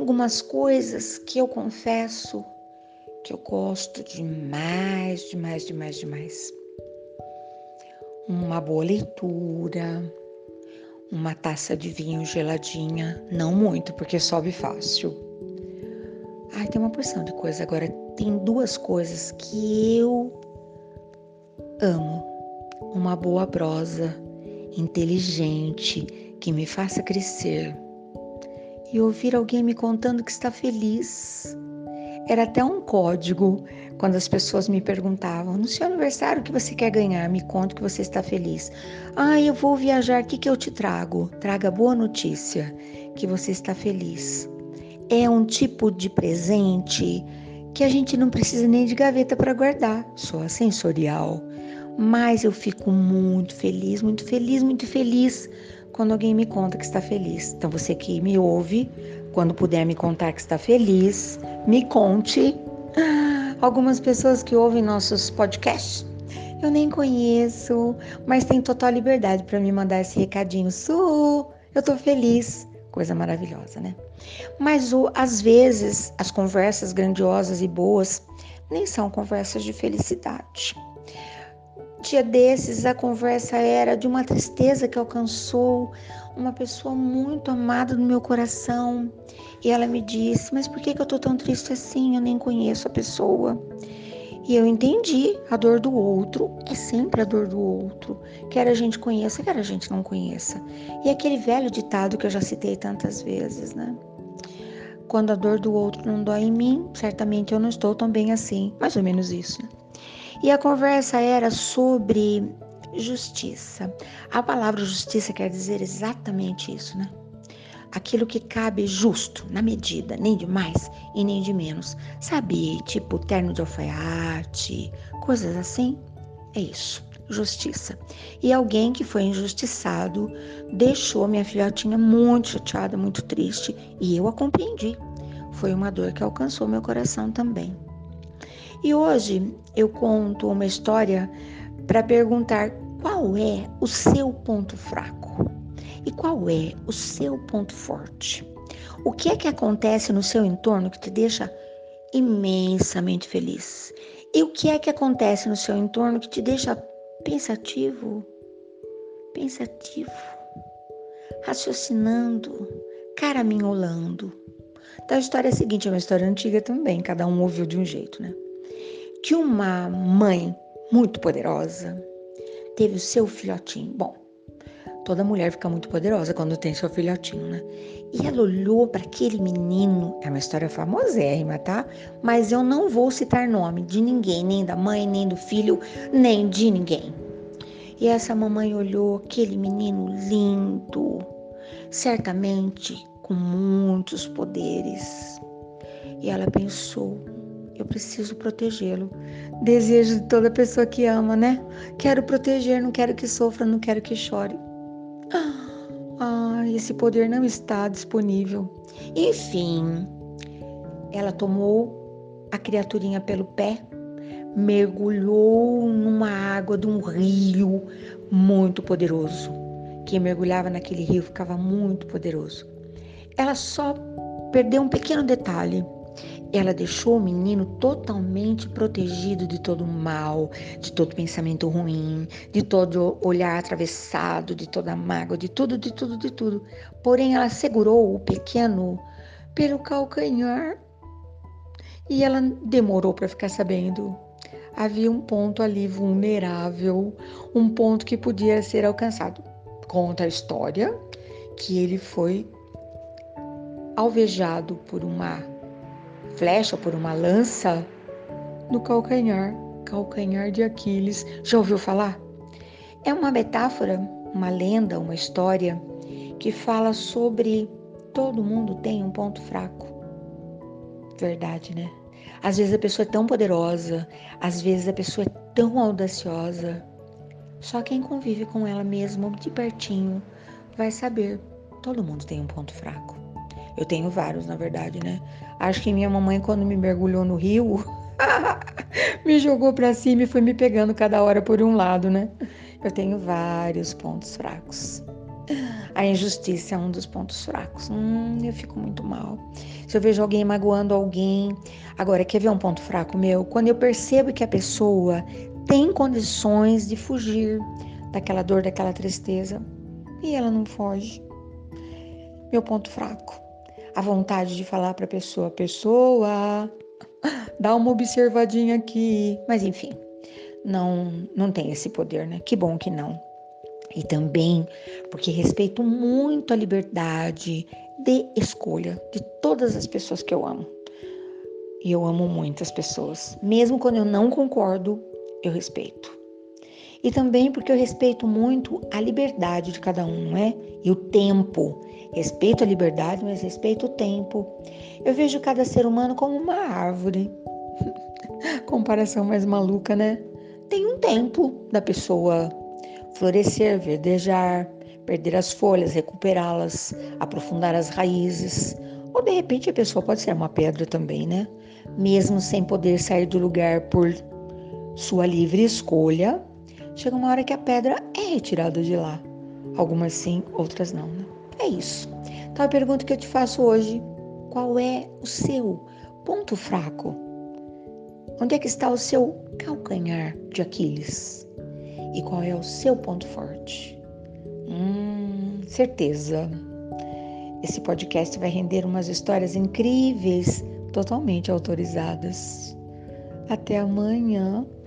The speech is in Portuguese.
algumas coisas que eu confesso que eu gosto demais, demais, demais, demais. Uma boa leitura, uma taça de vinho geladinha, não muito, porque sobe fácil. Ai, tem uma porção de coisa. Agora, tem duas coisas que eu amo. Uma boa prosa, inteligente, que me faça crescer. E ouvir alguém me contando que está feliz. Era até um código quando as pessoas me perguntavam: no seu aniversário, o que você quer ganhar? Me conta que você está feliz. Ah, eu vou viajar, o que eu te trago? Traga boa notícia, que você está feliz. É um tipo de presente que a gente não precisa nem de gaveta para guardar, só sensorial. Mas eu fico muito feliz, muito feliz, muito feliz quando alguém me conta que está feliz. Então você que me ouve, quando puder me contar que está feliz, me conte. Algumas pessoas que ouvem nossos podcasts, eu nem conheço, mas tem total liberdade para me mandar esse recadinho. Eu tô feliz. Coisa maravilhosa, né? Mas às vezes as conversas grandiosas e boas nem são conversas de felicidade. Dia desses a conversa era de uma tristeza que alcançou uma pessoa muito amada no meu coração. E ela me disse: mas por que eu tô tão triste assim? Eu nem conheço a pessoa. E eu entendi, a dor do outro é sempre a dor do outro. Quer a gente conheça, quer a gente não conheça. E aquele velho ditado que eu já citei tantas vezes, né? Quando a dor do outro não dói em mim, certamente eu não estou tão bem assim. Mais ou menos isso, né? E a conversa era sobre justiça. A palavra justiça quer dizer exatamente isso, né? Aquilo que cabe justo, na medida, nem de mais e nem de menos. Sabe, tipo terno de alfaiate, coisas assim? É isso, justiça. E alguém que foi injustiçado deixou minha filhotinha muito chateada, muito triste, e eu a compreendi. Foi uma dor que alcançou meu coração também. E hoje eu conto uma história para perguntar qual é o seu ponto fraco e qual é o seu ponto forte. O que é que acontece no seu entorno que te deixa imensamente feliz? E o que é que acontece no seu entorno que te deixa pensativo, raciocinando, caraminholando? Então a história é a seguinte, é uma história antiga também, cada um ouviu de um jeito, né? Que uma mãe muito poderosa teve o seu filhotinho. Bom, toda mulher fica muito poderosa quando tem seu filhotinho, né? E ela olhou para aquele menino, é uma história famosérrima, tá? Mas eu não vou citar nome de ninguém, nem da mãe, nem do filho, nem de ninguém. E essa mamãe olhou aquele menino lindo, certamente com muitos poderes. E ela pensou: eu preciso protegê-lo. Desejo de toda pessoa que ama, né? Quero proteger, não quero que sofra, não quero que chore. Esse poder não está disponível. Enfim, ela tomou a criaturinha pelo pé, mergulhou numa água de um rio muito poderoso. Quem mergulhava naquele rio ficava muito poderoso. Ela só perdeu um pequeno detalhe. Ela deixou o menino totalmente protegido de todo mal, de todo pensamento ruim, de todo olhar atravessado, de toda mágoa, de tudo, de tudo, de tudo. Porém, ela segurou o pequeno pelo calcanhar e ela demorou para ficar sabendo. Havia um ponto ali vulnerável, um ponto que podia ser alcançado. Conta a história que ele foi alvejado por uma flecha, por uma lança no calcanhar de Aquiles. Já ouviu falar? É uma metáfora, uma lenda, uma história que fala sobre todo mundo tem um ponto fraco. Verdade, né? Às vezes a pessoa é tão poderosa, às vezes a pessoa é tão audaciosa. Só quem convive com ela mesmo de pertinho vai saber. Todo mundo tem um ponto fraco. Eu tenho vários, na verdade, né? Acho que minha mamãe, quando me mergulhou no rio, me jogou pra cima e foi me pegando cada hora por um lado, né? Eu tenho vários pontos fracos. A injustiça é um dos pontos fracos. Eu fico muito mal. Se eu vejo alguém magoando alguém. Agora, quer ver um ponto fraco meu? Quando eu percebo que a pessoa tem condições de fugir daquela dor, daquela tristeza, e ela não foge. Meu ponto fraco. A vontade de falar para a pessoa, dá uma observadinha aqui. Mas enfim, não tem esse poder, né? Que bom que não. E também porque respeito muito a liberdade de escolha de todas as pessoas que eu amo. E eu amo muitas pessoas. Mesmo quando eu não concordo, eu respeito. E também porque eu respeito muito a liberdade de cada um, não é? E o tempo. Respeito a liberdade, mas respeito o tempo. Eu vejo cada ser humano como uma árvore. Comparação mais maluca, né? Tem um tempo da pessoa florescer, verdejar, perder as folhas, recuperá-las, aprofundar as raízes. Ou de repente a pessoa pode ser uma pedra também, né? Mesmo sem poder sair do lugar por sua livre escolha, chega uma hora que a pedra é retirada de lá. Algumas sim, outras não, né? É isso. Então a pergunta que eu te faço hoje, qual é o seu ponto fraco? Onde é que está o seu calcanhar de Aquiles? E qual é o seu ponto forte? Certeza. Esse podcast vai render umas histórias incríveis, totalmente autorizadas. Até amanhã.